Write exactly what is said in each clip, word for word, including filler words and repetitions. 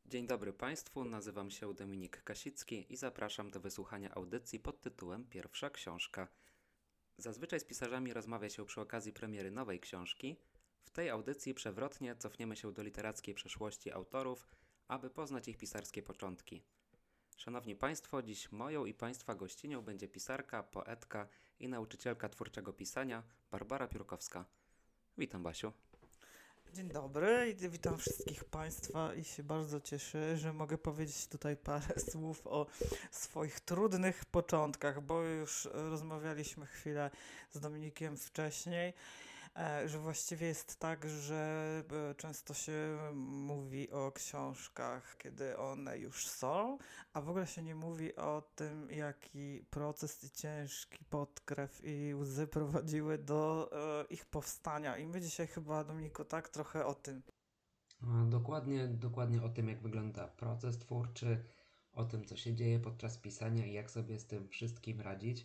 Dzień dobry Państwu, nazywam się Dominik Kasicki i zapraszam do wysłuchania audycji pod tytułem Pierwsza książka. Zazwyczaj z pisarzami rozmawia się przy okazji premiery nowej książki. W tej audycji przewrotnie cofniemy się do literackiej przeszłości autorów, aby poznać ich pisarskie początki. Szanowni Państwo, dziś moją i Państwa gościnią będzie pisarka, poetka i nauczycielka twórczego pisania Barbara Piórkowska. Witam, Basiu. Dzień dobry i witam wszystkich Państwa i się bardzo cieszę, że mogę powiedzieć tutaj parę słów o swoich trudnych początkach, bo już rozmawialiśmy chwilę z Dominikiem wcześniej, że właściwie jest tak, że często się mówi o książkach, kiedy one już są, a w ogóle się nie mówi o tym, jaki proces i ciężki pot, krew i łzy prowadziły do ich powstania. I my dzisiaj chyba, Dominiku, tak trochę o tym. Dokładnie, dokładnie o tym, jak wygląda proces twórczy, o tym, co się dzieje podczas pisania i jak sobie z tym wszystkim radzić.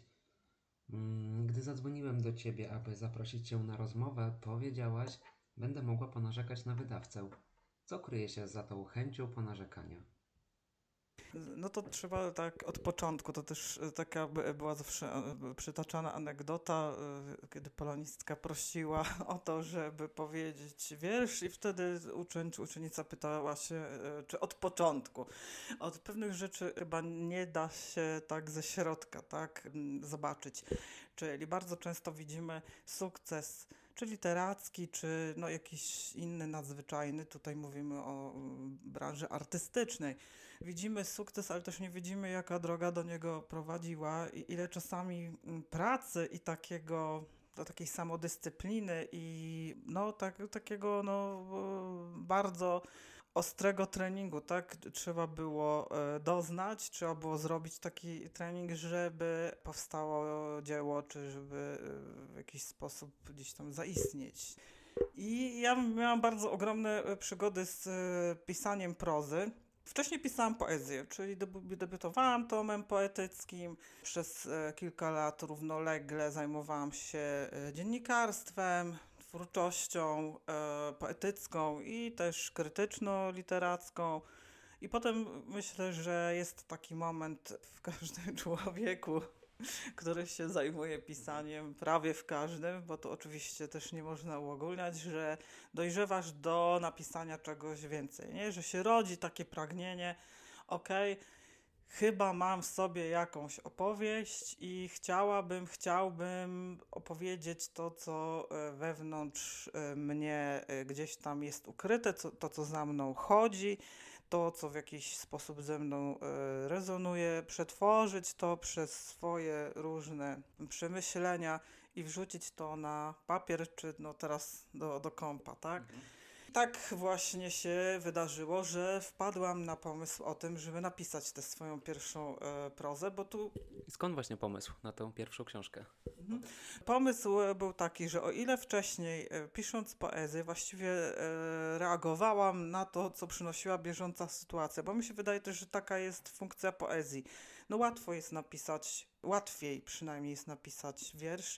Gdy zadzwoniłem do Ciebie, aby zaprosić Cię na rozmowę, powiedziałaś, będę mogła ponarzekać na wydawcę. Co kryje się za tą chęcią ponarzekania? No to trzeba tak od początku, to też taka była zawsze przytaczana anegdota, kiedy polonistka prosiła o to, żeby powiedzieć wiersz i wtedy uczeń czy uczennica pytała się, czy od początku. Od pewnych rzeczy chyba nie da się tak ze środka, tak, zobaczyć. Czyli bardzo często widzimy sukces, czy literacki, czy no jakiś inny nadzwyczajny, tutaj mówimy o branży artystycznej. Widzimy sukces, ale też nie widzimy, jaka droga do niego prowadziła i ile czasami pracy i takiego, do takiej samodyscypliny i no tak, takiego no bardzo ostrego treningu, tak? Trzeba było doznać, trzeba było zrobić taki trening, żeby powstało dzieło, czy żeby w jakiś sposób gdzieś tam zaistnieć. I ja miałam bardzo ogromne przygody z pisaniem prozy. Wcześniej pisałam poezję, czyli debiutowałam tomem poetyckim. Przez kilka lat równolegle zajmowałam się dziennikarstwem, twórczością e, poetycką i też krytyczno-literacką. I potem myślę, że jest taki moment w każdym człowieku, który się zajmuje pisaniem, prawie w każdym, bo to oczywiście też nie można uogólniać, że dojrzewasz do napisania czegoś więcej, nie? Że się rodzi takie pragnienie, okej, okay, chyba mam w sobie jakąś opowieść i chciałabym, chciałbym opowiedzieć to, co wewnątrz mnie gdzieś tam jest ukryte, co, to, co za mną chodzi, to, co w jakiś sposób ze mną rezonuje, przetworzyć to przez swoje różne przemyślenia i wrzucić to na papier, czy no teraz do, do kompa, tak? Mhm. Tak właśnie się wydarzyło, że wpadłam na pomysł o tym, żeby napisać tę swoją pierwszą e, prozę, bo tu... I skąd właśnie pomysł na tę pierwszą książkę? Mhm. Pomysł był taki, że o ile wcześniej e, pisząc poezję właściwie e, reagowałam na to, co przynosiła bieżąca sytuacja, bo mi się wydaje też, że taka jest funkcja poezji. No łatwo jest napisać, łatwiej przynajmniej jest napisać wiersz,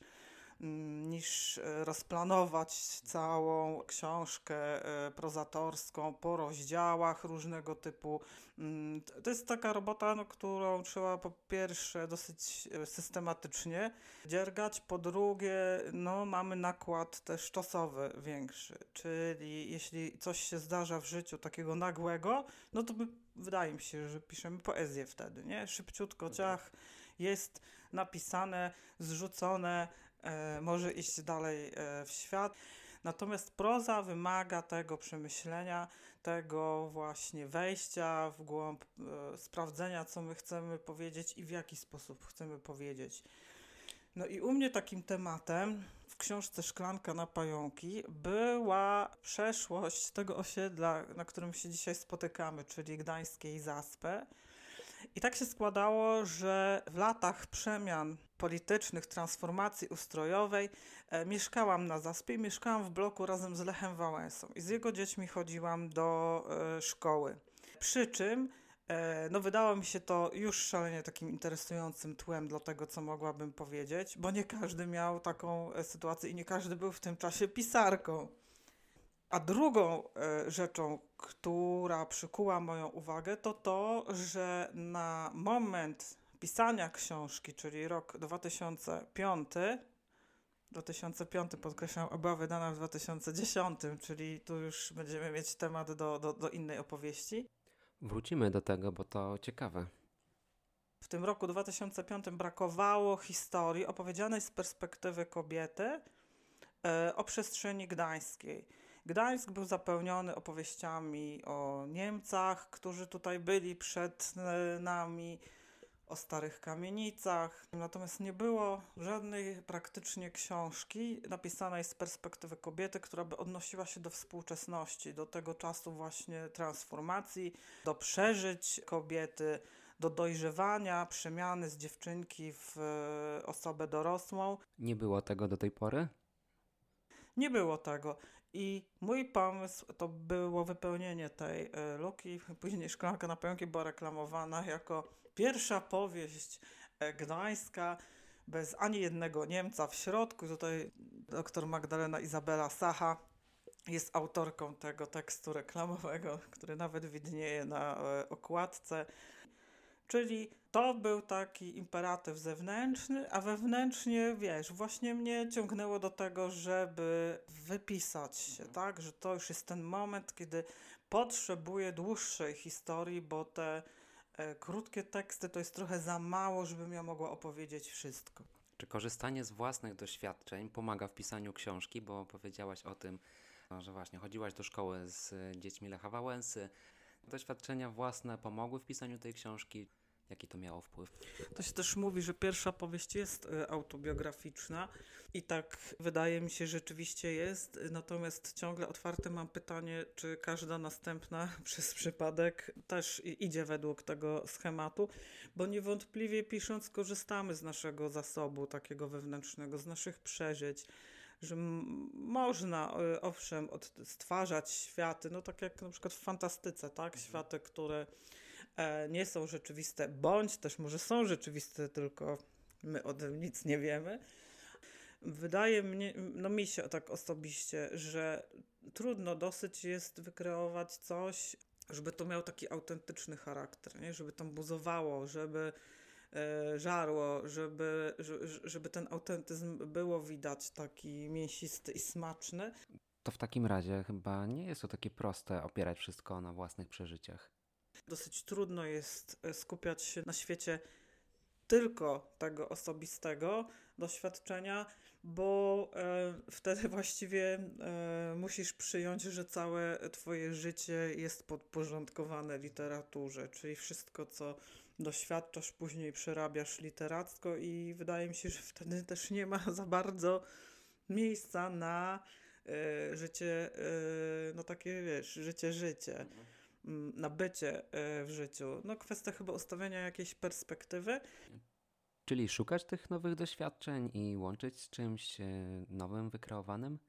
niż rozplanować całą książkę prozatorską po rozdziałach różnego typu. To jest taka robota, no, którą trzeba po pierwsze dosyć systematycznie dziergać, po drugie no, mamy nakład też czasowy większy, czyli jeśli coś się zdarza w życiu takiego nagłego, no to my, wydaje mi się, że piszemy poezję wtedy, nie? Szybciutko, ciach, jest napisane, zrzucone, e, może iść dalej e, w świat. Natomiast proza wymaga tego przemyślenia, tego właśnie wejścia w głąb, e, sprawdzenia, co my chcemy powiedzieć i w jaki sposób chcemy powiedzieć. No i u mnie takim tematem w książce Szklanka na pająki była przeszłość tego osiedla, na którym się dzisiaj spotykamy, czyli Gdańskiej Zaspy. I tak się składało, że w latach przemian politycznych, transformacji ustrojowej e, mieszkałam na Zaspie i mieszkałam w bloku razem z Lechem Wałęsą i z jego dziećmi chodziłam do e, szkoły. Przy czym e, no wydało mi się to już szalenie takim interesującym tłem do tego, co mogłabym powiedzieć, bo nie każdy miał taką e, sytuację i nie każdy był w tym czasie pisarką. A drugą e, rzeczą, która przykuła moją uwagę, to to, że na moment pisania książki, czyli rok dwa tysiące piąty, dwa tysiące piąty podkreślam, a była wydana w dwa tysiące dziesiątym, czyli tu już będziemy mieć temat do, do, do innej opowieści. Wrócimy do tego, bo to ciekawe. W tym roku dwa tysiące piątym brakowało historii opowiedzianej z perspektywy kobiety e, o przestrzeni gdańskiej. Gdańsk był zapełniony opowieściami o Niemcach, którzy tutaj byli przed e, nami, o starych kamienicach. Natomiast nie było żadnej praktycznie książki napisanej z perspektywy kobiety, która by odnosiła się do współczesności, do tego czasu właśnie transformacji, do przeżyć kobiety, do dojrzewania, przemiany z dziewczynki w e, osobę dorosłą. Nie było tego do tej pory? Nie było tego. I mój pomysł to było wypełnienie tej e, luki. Później Szklanka na pająki była reklamowana jako pierwsza powieść e, gdańska bez ani jednego Niemca w środku. Tutaj dr Magdalena Izabela Sacha jest autorką tego tekstu reklamowego, który nawet widnieje na e, okładce. Czyli to był taki imperatyw zewnętrzny, a wewnętrznie, wiesz, właśnie mnie ciągnęło do tego, żeby wypisać się, tak? Że to już jest ten moment, kiedy potrzebuję dłuższej historii, bo te e, krótkie teksty to jest trochę za mało, żebym ja mogła opowiedzieć wszystko. Czy korzystanie z własnych doświadczeń pomaga w pisaniu książki? Bo powiedziałaś o tym, no, że właśnie chodziłaś do szkoły z dziećmi Lecha Wałęsy. Doświadczenia własne pomogły w pisaniu tej książki? Jaki to miało wpływ? To się też mówi, że pierwsza powieść jest e, autobiograficzna i tak wydaje mi się, że rzeczywiście jest, natomiast ciągle otwarte mam pytanie, czy każda następna przez przypadek też i- idzie według tego schematu, bo niewątpliwie pisząc korzystamy z naszego zasobu takiego wewnętrznego, z naszych przeżyć, że m- można e, owszem odtwarzać światy, no tak jak na przykład w fantastyce, tak? Światy, które e, nie są rzeczywiste, bądź też może są rzeczywiste, tylko my o tym nic nie wiemy. Wydaje mnie, no mi się tak osobiście, że trudno dosyć jest wykreować coś, żeby to miało taki autentyczny charakter, nie? Żeby tam buzowało, żeby e, żarło, żeby, że- żeby ten autentyzm było widać, taki mięsisty i smaczny. To w takim razie chyba nie jest to takie proste opierać wszystko na własnych przeżyciach. Dosyć trudno jest e, skupiać się na świecie tylko tego osobistego doświadczenia, bo e, wtedy właściwie e, musisz przyjąć, że całe twoje życie jest podporządkowane literaturze, czyli wszystko, co doświadczasz, później przerabiasz literacko i wydaje mi się, że wtedy też nie ma za bardzo miejsca na e, życie, e, no takie wiesz, życie, życie mm, na bycie e, w życiu. No kwestia chyba ustawienia jakiejś perspektywy. Czyli szukać tych nowych doświadczeń i łączyć z czymś e, nowym, wykreowanym?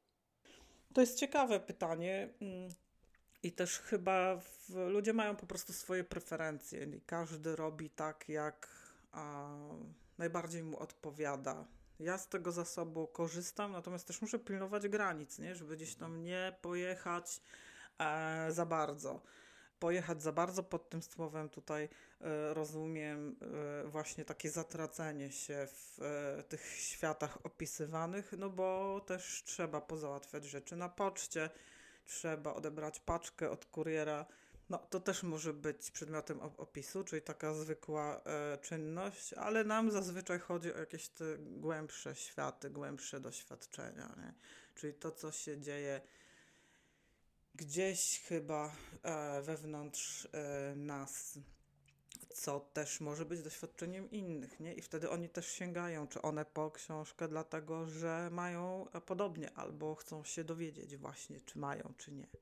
To jest ciekawe pytanie. mm, I też chyba w, ludzie mają po prostu swoje preferencje. I każdy robi tak, jak a, najbardziej mu odpowiada. Ja z tego zasobu korzystam, natomiast też muszę pilnować granic, nie? Żeby gdzieś tam nie pojechać e, za bardzo. Pojechać za bardzo pod tym słowem tutaj e, rozumiem e, właśnie takie zatracenie się w e, tych światach opisywanych, no bo też trzeba pozałatwiać rzeczy na poczcie, trzeba odebrać paczkę od kuriera. No to też może być przedmiotem op- opisu, czyli taka zwykła e, czynność, ale nam zazwyczaj chodzi o jakieś te głębsze światy, głębsze doświadczenia, nie? Czyli to, co się dzieje gdzieś chyba e, wewnątrz e, nas, co też może być doświadczeniem innych, nie? I wtedy oni też sięgają, czy one po książkę, dlatego że mają e, podobnie, albo chcą się dowiedzieć właśnie, czy mają, czy nie.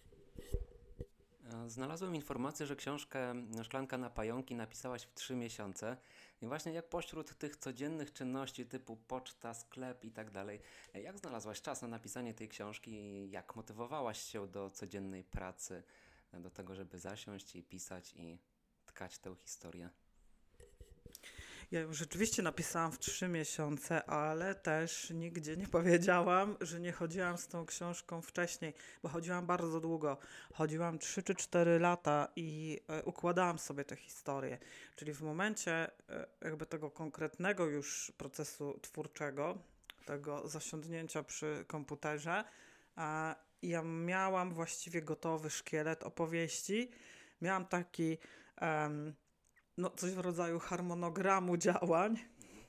E, Znalazłem informację, że książkę Szklanka na pająki napisałaś w trzy miesiące. I właśnie jak pośród tych codziennych czynności typu poczta, sklep i tak dalej, e, jak znalazłaś czas na napisanie tej książki i jak motywowałaś się do codziennej pracy, e, do tego, żeby zasiąść i pisać i tkać tę historię? Ja ją rzeczywiście napisałam w trzy miesiące, ale też nigdzie nie powiedziałam, że nie chodziłam z tą książką wcześniej, bo chodziłam bardzo długo. Chodziłam trzy czy cztery lata i e, układałam sobie te historie. Czyli w momencie e, jakby tego konkretnego już procesu twórczego, tego zasiądnięcia przy komputerze, a ja miałam właściwie gotowy szkielet opowieści. Miałam taki em, no, coś w rodzaju harmonogramu działań.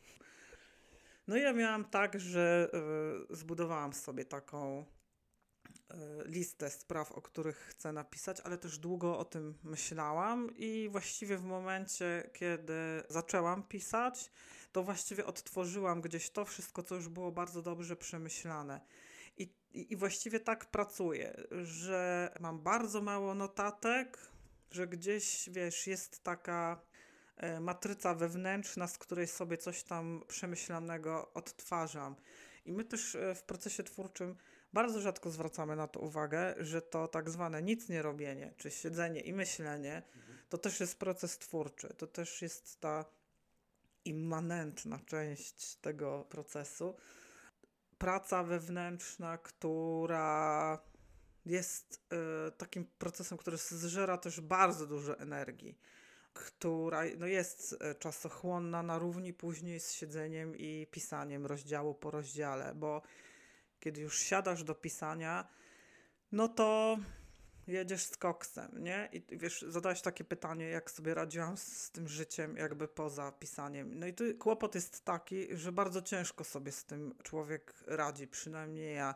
No i ja miałam tak, że y, zbudowałam sobie taką y, listę spraw, o których chcę napisać, ale też długo o tym myślałam i właściwie w momencie, kiedy zaczęłam pisać, to właściwie odtworzyłam gdzieś to wszystko, co już było bardzo dobrze przemyślane. I, i, i właściwie tak pracuję, że mam bardzo mało notatek, że gdzieś, wiesz, jest taka e, matryca wewnętrzna, z której sobie coś tam przemyślanego odtwarzam. I my też e, w procesie twórczym bardzo rzadko zwracamy na to uwagę, że to tak zwane nic nie robienie, czy siedzenie i myślenie, to też jest proces twórczy, to też jest ta immanentna część tego procesu. Praca wewnętrzna, która jest y, takim procesem, który zżera też bardzo dużo energii, która no, jest y, czasochłonna na równi później z siedzeniem i pisaniem rozdziału po rozdziale, bo kiedy już siadasz do pisania, no to jedziesz z koksem, nie? I wiesz, zadałeś takie pytanie, jak sobie radziłam z, z tym życiem jakby poza pisaniem. No i tu kłopot jest taki, że bardzo ciężko sobie z tym człowiek radzi, przynajmniej ja.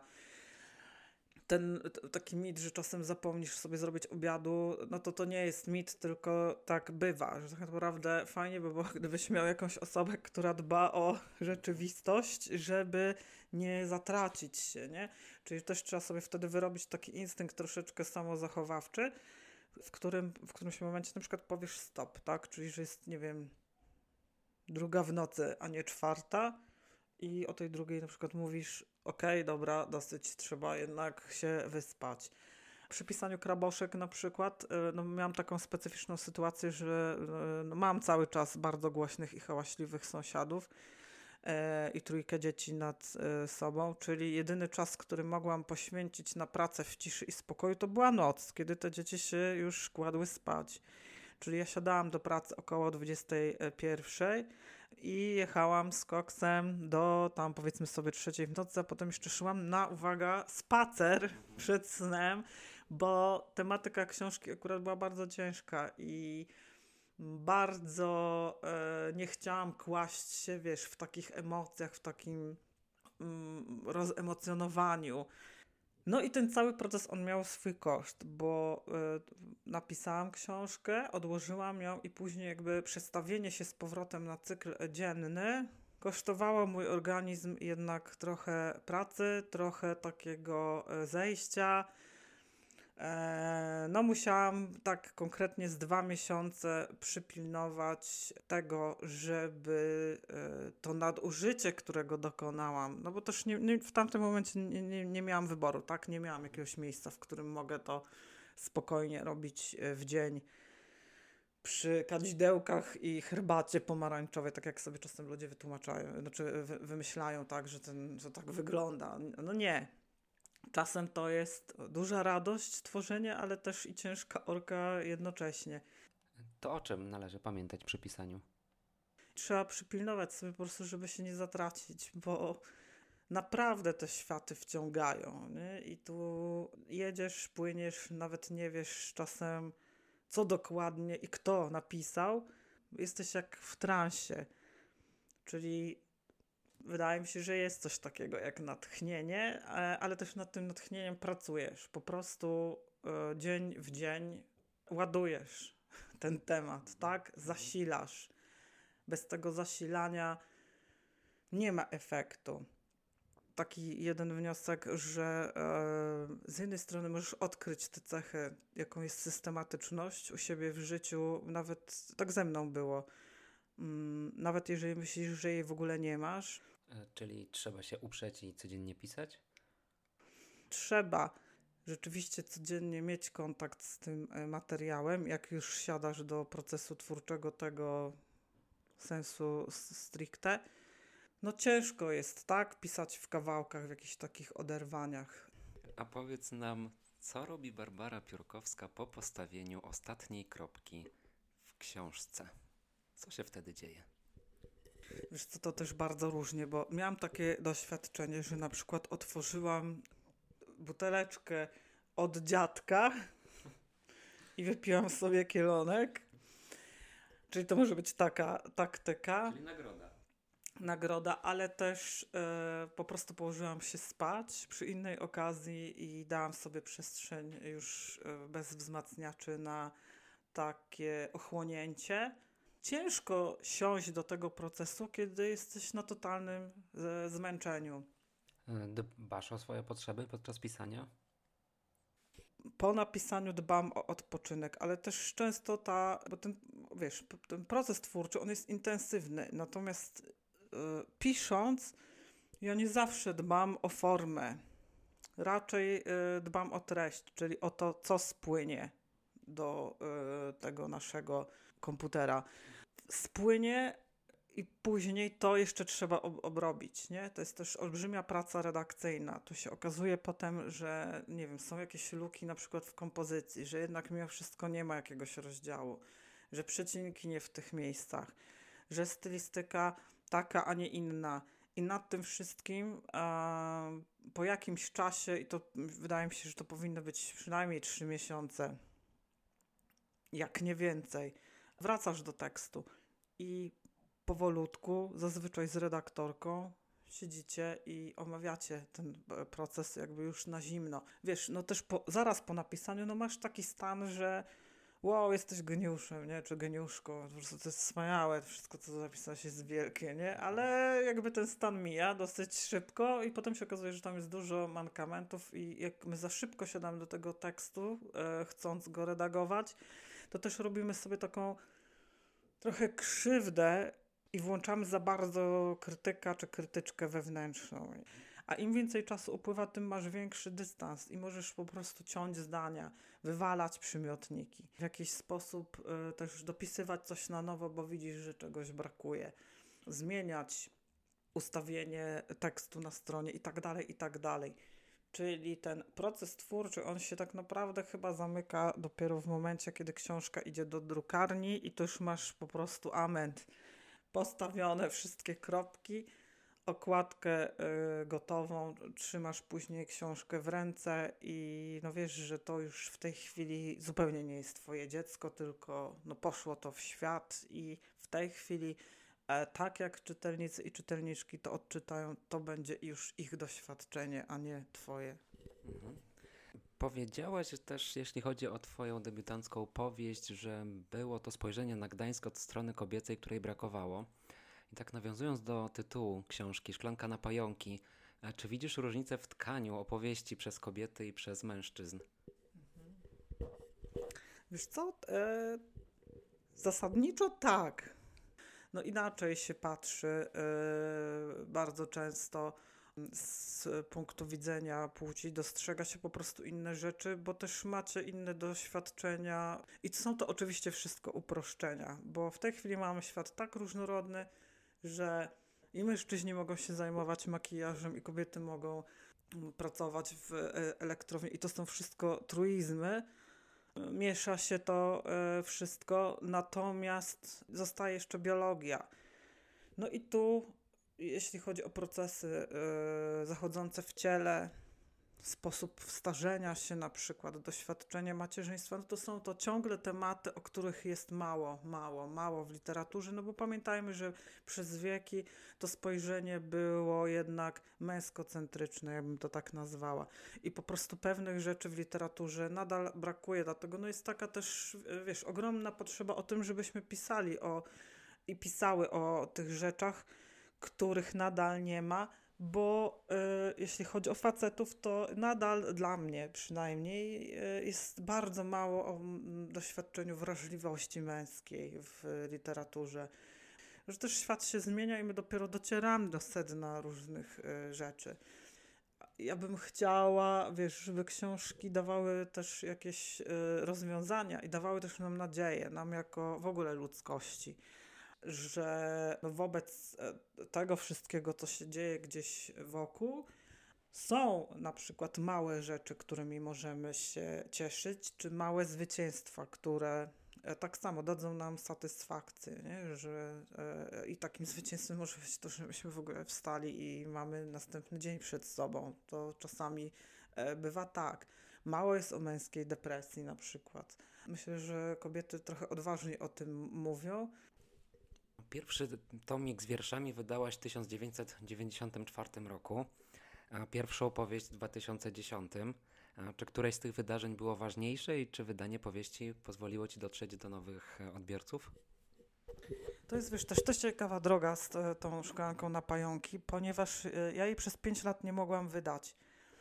Ten t- taki mit, że czasem zapomnisz sobie zrobić obiadu, no to to nie jest mit, tylko tak bywa, że tak naprawdę fajnie by było, gdybyś miał jakąś osobę, która dba o rzeczywistość, żeby nie zatracić się, nie? Czyli też trzeba sobie wtedy wyrobić taki instynkt troszeczkę samozachowawczy, w którym w którymś momencie na przykład powiesz stop, tak? Czyli, że jest, nie wiem, druga w nocy, a nie czwarta i o tej drugiej na przykład mówisz okej, dobra, dosyć, trzeba jednak się wyspać. Przy pisaniu kraboszek na przykład, y, no miałam taką specyficzną sytuację, że y, no, mam cały czas bardzo głośnych i hałaśliwych sąsiadów e, i trójkę dzieci nad e, sobą, czyli jedyny czas, który mogłam poświęcić na pracę w ciszy i spokoju, to była noc, kiedy te dzieci się już kładły spać. Czyli ja siadałam do pracy około dwudziestej pierwszej i jechałam z koksem do tam powiedzmy sobie trzeciej w nocy, a potem jeszcze szłam na, uwaga, spacer przed snem, bo tematyka książki akurat była bardzo ciężka i bardzo e, nie chciałam kłaść się, wiesz, w takich emocjach, w takim mm, rozemocjonowaniu. No i ten cały proces, on miał swój koszt, bo y, napisałam książkę, odłożyłam ją i później jakby przestawienie się z powrotem na cykl dzienny kosztowało mój organizm jednak trochę pracy, trochę takiego y, zejścia. E, no musiałam tak konkretnie z dwa miesiące przypilnować tego, żeby e, to nadużycie, którego dokonałam, no bo też nie, nie, w tamtym momencie nie, nie, nie miałam wyboru, tak? Nie miałam jakiegoś miejsca, w którym mogę to spokojnie robić e, w dzień przy kadzidełkach i herbacie pomarańczowej, tak jak sobie czasem ludzie wytłumaczają, znaczy wy, wymyślają tak, że, ten, że tak wygląda. No nie. Czasem to jest duża radość tworzenia, ale też i ciężka orka jednocześnie. To o czym należy pamiętać przy pisaniu? Trzeba przypilnować sobie po prostu, żeby się nie zatracić, bo naprawdę te światy wciągają, nie? I tu jedziesz, płyniesz, nawet nie wiesz czasem co dokładnie i kto napisał. Jesteś jak w transie, czyli wydaje mi się, że jest coś takiego jak natchnienie, e, ale też nad tym natchnieniem pracujesz. Po prostu e, dzień w dzień ładujesz ten temat, tak? Zasilasz. Bez tego zasilania nie ma efektu. Taki jeden wniosek, że e, z jednej strony możesz odkryć tę cechę, jaką jest systematyczność u siebie w życiu, nawet tak ze mną było. Mm, nawet jeżeli myślisz, że jej w ogóle nie masz, E, Czyli trzeba się uprzeć i codziennie pisać? trzeba rzeczywiście codziennie mieć kontakt z tym e, materiałem, jak już siadasz do procesu twórczego tego sensu s- stricte. No ciężko jest, tak? Pisać w kawałkach, w jakichś takich oderwaniach. A powiedz nam, co robi Barbara Piórkowska po postawieniu ostatniej kropki w książce? Co się wtedy dzieje? Wiesz co, to też bardzo różnie, bo miałam takie doświadczenie, że na przykład otworzyłam buteleczkę od dziadka i wypiłam sobie kielonek. Czyli to może być taka taktyka, Czyli nagroda. nagroda, ale też e, po prostu położyłam się spać przy innej okazji i dałam sobie przestrzeń już e, bez wzmacniaczy na takie ochłonięcie. Ciężko siąść do tego procesu, kiedy jesteś na totalnym e, zmęczeniu. Dbasz o swoje potrzeby podczas pisania? Po napisaniu dbam o odpoczynek, ale też często ta, bo ten, wiesz, p- ten proces twórczy, on jest intensywny, natomiast y, pisząc, ja nie zawsze dbam o formę. Raczej y, dbam o treść, czyli o to, co spłynie do y, tego naszego komputera. Spłynie i później to jeszcze trzeba ob- obrobić, nie? To jest też olbrzymia praca redakcyjna. Tu się okazuje potem, że nie wiem, są jakieś luki na przykład w kompozycji, że jednak mimo wszystko nie ma jakiegoś rozdziału, że przecinki nie w tych miejscach, że stylistyka taka, a nie inna. I nad tym wszystkim a, po jakimś czasie, i to wydaje mi się, że to powinno być przynajmniej trzy miesiące, jak nie więcej, wracasz do tekstu i powolutku, zazwyczaj z redaktorką, siedzicie i omawiacie ten e, proces jakby już na zimno. Wiesz, no też po, zaraz po napisaniu, no masz taki stan, że wow, jesteś geniuszem, nie? Czy geniuszką, po prostu to jest wspaniałe, wszystko co zapisałeś jest wielkie, nie? Ale jakby ten stan mija dosyć szybko i potem się okazuje, że tam jest dużo mankamentów i jak my za szybko siadamy do tego tekstu, e, chcąc go redagować, to też robimy sobie taką trochę krzywdę i włączamy za bardzo krytyka czy krytyczkę wewnętrzną. A im więcej czasu upływa, tym masz większy dystans i możesz po prostu ciąć zdania, wywalać przymiotniki, w jakiś sposób y, też dopisywać coś na nowo, bo widzisz, że czegoś brakuje, zmieniać ustawienie tekstu na stronie i tak dalej, i tak dalej. Czyli ten proces twórczy, on się tak naprawdę chyba zamyka dopiero w momencie, kiedy książka idzie do drukarni i to już masz po prostu ament. Postawione wszystkie kropki, okładkę y, gotową, trzymasz później książkę w ręce i no wiesz, że to już w tej chwili zupełnie nie jest twoje dziecko, tylko no poszło to w świat i w tej chwili e, tak jak czytelnicy i czytelniczki to odczytają, to będzie już ich doświadczenie, a nie twoje. Mhm. Powiedziałaś też, jeśli chodzi o twoją debiutancką powieść, że było to spojrzenie na Gdańsk od strony kobiecej, której brakowało. I tak nawiązując do tytułu książki Szklanka na pająki, a czy widzisz różnicę w tkaniu opowieści przez kobiety i przez mężczyzn? Wiesz co? E, zasadniczo tak. No inaczej się patrzy e, bardzo często z punktu widzenia płci, dostrzega się po prostu inne rzeczy, bo też macie inne doświadczenia i są to oczywiście wszystko uproszczenia, bo w tej chwili mamy świat tak różnorodny, że i mężczyźni mogą się zajmować makijażem i kobiety mogą mm, pracować w e, elektrowni i to są wszystko truizmy. Miesza się to e, wszystko, natomiast zostaje jeszcze biologia. No i tu, jeśli chodzi o procesy e, zachodzące w ciele, sposób starzenia się na przykład, doświadczenie macierzyństwa, no to są to ciągle tematy, o których jest mało, mało, mało w literaturze, no bo pamiętajmy, że przez wieki to spojrzenie było jednak męskocentryczne, ja bym to tak nazwała. I po prostu pewnych rzeczy w literaturze nadal brakuje, dlatego no jest taka też, wiesz, ogromna potrzeba o tym, żebyśmy pisali o i pisały o tych rzeczach, których nadal nie ma, bo y, jeśli chodzi o facetów, to nadal dla mnie przynajmniej y, jest bardzo mało o mm, doświadczeniu wrażliwości męskiej w literaturze. Że też świat się zmienia i my dopiero docieramy do sedna różnych y, rzeczy. Ja bym chciała, wiesz, żeby książki dawały też jakieś y, rozwiązania i dawały też nam nadzieję, nam jako w ogóle ludzkości. że no wobec e, tego wszystkiego, co się dzieje gdzieś wokół, są na przykład małe rzeczy, którymi możemy się cieszyć, czy małe zwycięstwa, które e, tak samo dadzą nam satysfakcję, nie? Że e, i takim zwycięstwem może być to, że myśmy w ogóle wstali i mamy następny dzień przed sobą. To czasami e, bywa tak. Mało jest o męskiej depresji na przykład. Myślę, że kobiety trochę odważniej o tym mówią. Pierwszy tomik z wierszami wydałaś w tysiąc dziewięćset dziewięćdziesiątym czwartym roku, a pierwszą powieść w dwa tysiące dziesiątym. A czy któreś z tych wydarzeń było ważniejsze i czy wydanie powieści pozwoliło ci dotrzeć do nowych e, odbiorców? To jest, wiesz, też, też ciekawa droga z e, tą szklanką na pająki, ponieważ e, ja jej przez pięć lat nie mogłam wydać.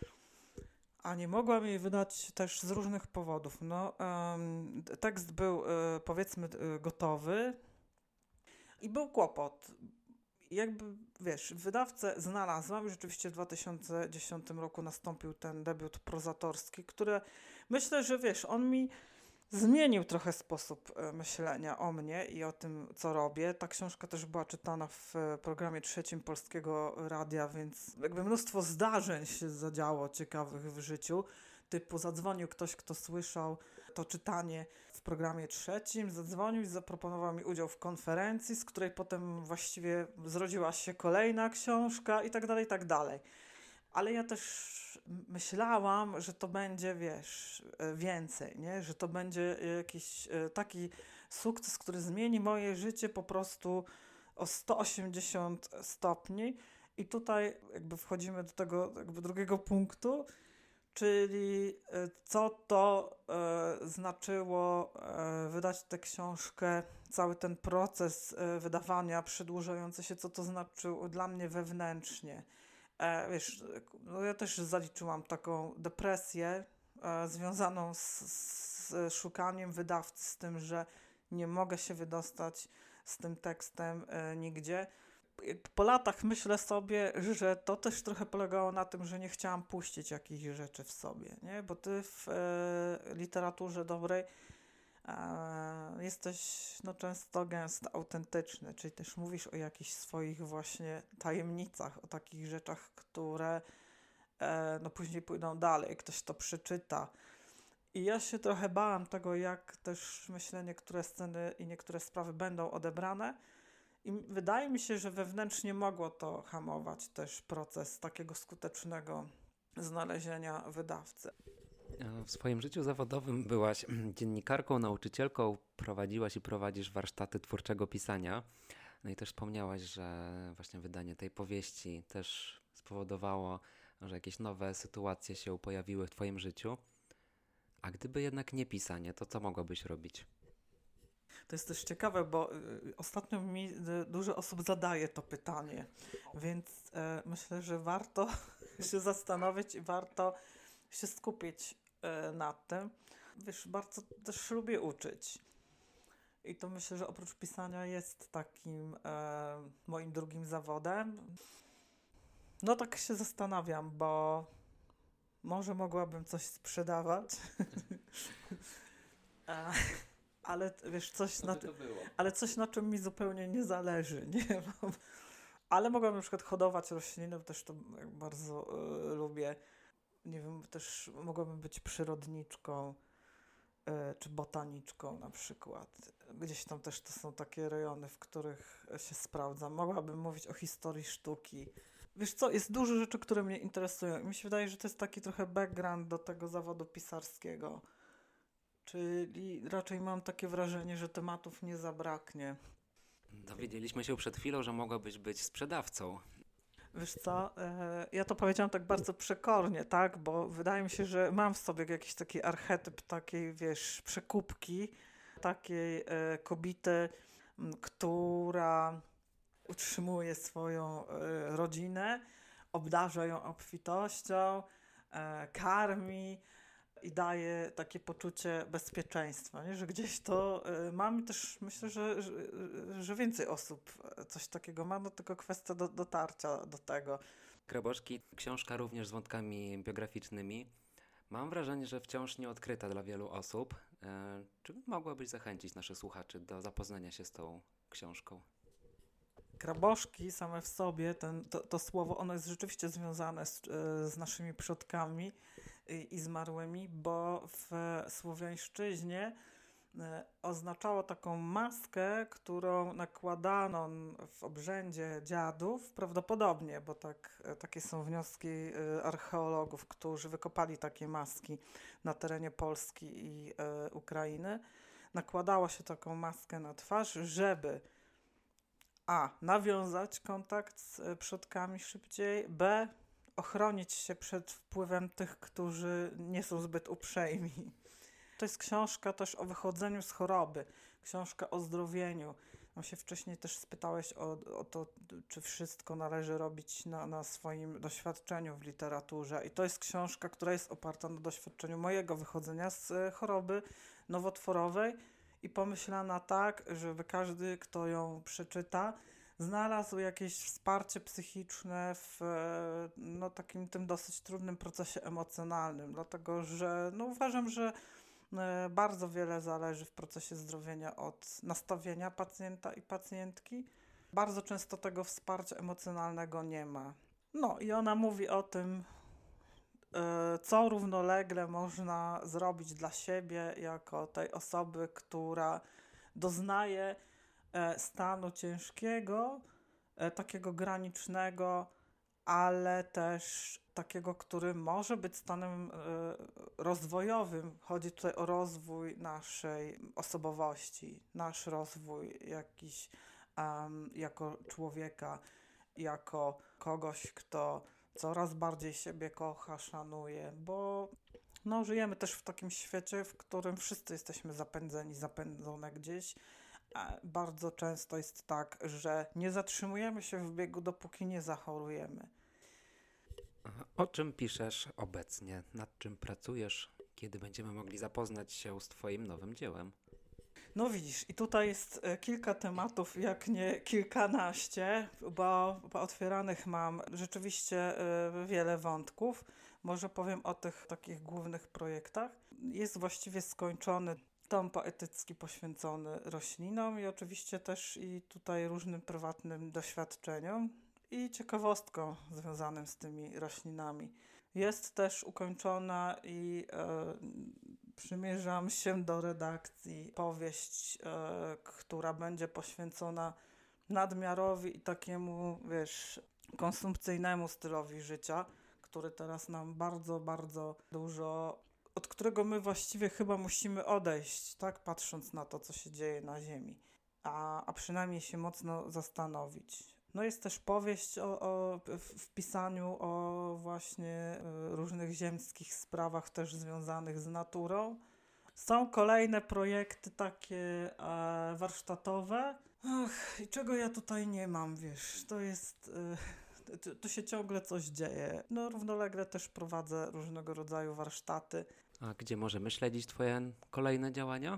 A nie mogłam jej wydać też z różnych powodów. No, em, tekst był, e, powiedzmy, e, gotowy i był kłopot. Jakby, wiesz, wydawcę znalazłam i rzeczywiście w dwa tysiące dziesiątym roku nastąpił ten debiut prozatorski, który myślę, że wiesz, on mi zmienił trochę sposób e, myślenia o mnie i o tym, co robię. Ta książka też była czytana w e, programie trzecim Polskiego Radia, więc jakby mnóstwo zdarzeń się zadziało ciekawych w życiu. Typu zadzwonił ktoś, kto słyszał to czytanie w programie trzecim, zadzwonił i zaproponował mi udział w konferencji, z której potem właściwie zrodziła się kolejna książka i tak dalej, i tak dalej. Ale ja też myślałam, że to będzie, wiesz, e, więcej, nie? Że to będzie jakiś e, taki sukces, który zmieni moje życie po prostu o sto osiemdziesiąt stopni. I tutaj jakby wchodzimy do tego jakby drugiego punktu, czyli e, co to e, znaczyło e, wydać tę książkę, cały ten proces e, wydawania przedłużający się, co to znaczyło dla mnie wewnętrznie. E, wiesz, no ja też zaliczyłam taką depresję e, związaną z, z szukaniem wydawcy, z tym, że nie mogę się wydostać z tym tekstem e, nigdzie. Po latach myślę sobie, że to też trochę polegało na tym, że nie chciałam puścić jakichś rzeczy w sobie, nie? Bo ty w e, literaturze dobrej e, jesteś no, często gęsto autentyczny, czyli też mówisz o jakichś swoich właśnie tajemnicach, o takich rzeczach, które e, no, później pójdą dalej, ktoś to przeczyta. I ja się trochę bałam tego, jak też myślę, niektóre sceny i niektóre sprawy będą odebrane. I wydaje mi się, że wewnętrznie mogło to hamować też proces takiego skutecznego znalezienia wydawcy. E, W swoim życiu zawodowym byłaś dziennikarką, nauczycielką, prowadziłaś i prowadzisz warsztaty twórczego pisania. No i też wspomniałaś, że właśnie wydanie tej powieści też spowodowało, że jakieś nowe sytuacje się pojawiły w twoim życiu. A gdyby jednak nie pisanie, to co mogłabyś robić? To jest też ciekawe, bo y, ostatnio mi y, dużo osób zadaje to pytanie, więc y, myślę, że warto się zastanowić i warto się skupić y, nad tym. Wiesz, bardzo też lubię uczyć. I to myślę, że oprócz pisania jest takim e, moim drugim zawodem. No tak się zastanawiam, bo może mogłabym coś sprzedawać, A, ale t- wiesz, coś na, ty- było? ale coś na czym mi zupełnie nie zależy, nie? Bo- Ale mogłabym na przykład hodować rośliny, bo też to jak bardzo e, lubię. Nie wiem, też mogłabym być przyrodniczką e, czy botaniczką na przykład. Gdzieś tam też to są takie rejony, w których się sprawdzam. Mogłabym mówić o historii sztuki. Wiesz co, jest dużo rzeczy, które mnie interesują. I mi się wydaje, że to jest taki trochę background do tego zawodu pisarskiego. Czyli raczej mam takie wrażenie, że tematów nie zabraknie. Dowiedzieliśmy się przed chwilą, że mogłabyś być sprzedawcą. Wiesz co, e, ja to powiedziałam tak bardzo przekornie, tak? Bo wydaje mi się, że mam w sobie jakiś taki archetyp takiej, wiesz, przekupki, takiej e, kobiety, m, która utrzymuje swoją e, rodzinę, obdarza ją obfitością, e, karmi i daje takie poczucie bezpieczeństwa, nie? Że gdzieś to y, mam i też myślę, że, że, że więcej osób e, coś takiego ma, no tylko kwestia do, dotarcia do tego. Graboszki, książka również z wątkami biograficznymi. Mam wrażenie, że wciąż nieodkryta dla wielu osób. E, czy mogłabyś zachęcić naszych słuchaczy do zapoznania się z tą książką? Kraboszki same w sobie, ten, to, to słowo, ono jest rzeczywiście związane z, e, z naszymi przodkami i, i zmarłymi, bo w słowiańszczyźnie e, oznaczało taką maskę, którą nakładano w obrzędzie dziadów, prawdopodobnie, bo tak, e, takie są wnioski e, archeologów, którzy wykopali takie maski na terenie Polski i e, Ukrainy. Nakładało się taką maskę na twarz, żeby A. Nawiązać kontakt z e, przodkami szybciej. B. Ochronić się przed wpływem tych, którzy nie są zbyt uprzejmi. To jest książka też o wychodzeniu z choroby, książka o zdrowieniu. No się wcześniej też spytałeś o, o to, czy wszystko należy robić na, na swoim doświadczeniu w literaturze. I to jest książka, która jest oparta na doświadczeniu mojego wychodzenia z e, choroby nowotworowej i pomyślana tak, żeby każdy, kto ją przeczyta, znalazł jakieś wsparcie psychiczne w e, no, takim tym dosyć trudnym procesie emocjonalnym, dlatego że no, uważam, że e, bardzo wiele zależy w procesie zdrowienia od nastawienia pacjenta i pacjentki. Bardzo często tego wsparcia emocjonalnego nie ma. No i ona mówi o tym, e, co równolegle można zrobić dla siebie jako tej osoby, która doznaje e, stanu ciężkiego, e, takiego granicznego, ale też takiego, który może być stanem e, rozwojowym. Chodzi tutaj o rozwój naszej osobowości, nasz rozwój jakiś em, jako człowieka, jako kogoś, kto coraz bardziej siebie kocha, szanuje, bo no, żyjemy też w takim świecie, w którym wszyscy jesteśmy zapędzeni, zapędzone gdzieś. A bardzo często jest tak, że nie zatrzymujemy się w biegu, dopóki nie zachorujemy. Aha. O czym piszesz obecnie? Nad czym pracujesz? Kiedy będziemy mogli zapoznać się z twoim nowym dziełem? No widzisz, i tutaj jest e, kilka tematów, jak nie kilkanaście, bo, bo otwieranych mam rzeczywiście e, wiele wątków. Może powiem o tych takich głównych projektach. Jest właściwie skończony tom poetycki poświęcony roślinom i oczywiście też i tutaj różnym prywatnym doświadczeniom i ciekawostkom związanym z tymi roślinami. Jest też ukończona i e, przymierzam się do redakcji powieść, e, która będzie poświęcona nadmiarowi i takiemu, wiesz, konsumpcyjnemu stylowi życia, który teraz nam bardzo, bardzo dużo, od którego my właściwie chyba musimy odejść, tak, patrząc na to, co się dzieje na Ziemi, a, a przynajmniej się mocno zastanowić. No jest też powieść o, o, w, w pisaniu o właśnie y, różnych ziemskich sprawach też związanych z naturą. Są kolejne projekty takie e, warsztatowe. Ach, i czego ja tutaj nie mam, wiesz, to jest... Y, to, to się ciągle coś dzieje. No równolegle też prowadzę różnego rodzaju warsztaty. A gdzie możemy śledzić twoje kolejne działania?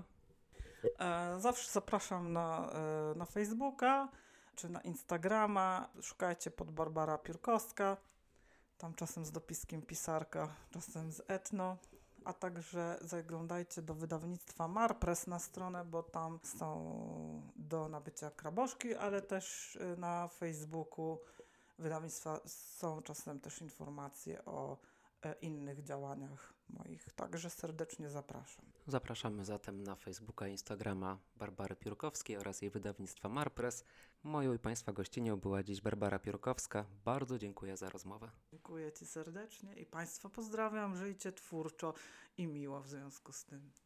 E, zawsze zapraszam na, e, na Facebooka czy na Instagrama. Szukajcie pod Barbara Piórkowska. Tam czasem z dopiskiem pisarka, czasem z etno. A także zaglądajcie do wydawnictwa Marpress na stronę, bo tam są do nabycia kraboszki, ale też e, na Facebooku wydawnictwa są czasem też informacje o e, innych działaniach moich. Także serdecznie zapraszam. Zapraszamy zatem na Facebooka i Instagrama Barbary Piórkowskiej oraz jej wydawnictwa Marpress. Moją i Państwa gościnią była dziś Barbara Piórkowska. Bardzo dziękuję za rozmowę. Dziękuję Ci serdecznie i Państwa pozdrawiam. Żyjcie twórczo i miło w związku z tym.